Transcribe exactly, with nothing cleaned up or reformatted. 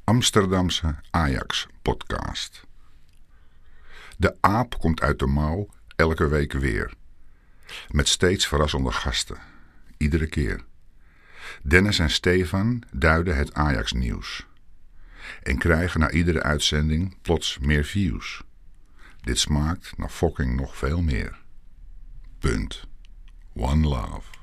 Amsterdamse Ajax-podcast. De aap komt uit de mouw elke week weer. Met steeds verrassende gasten. Iedere keer. Dennis en Stefan duiden het Ajax-nieuws. En krijgen na iedere uitzending plots meer views. Dit smaakt naar fucking nog veel meer. Punt. One love.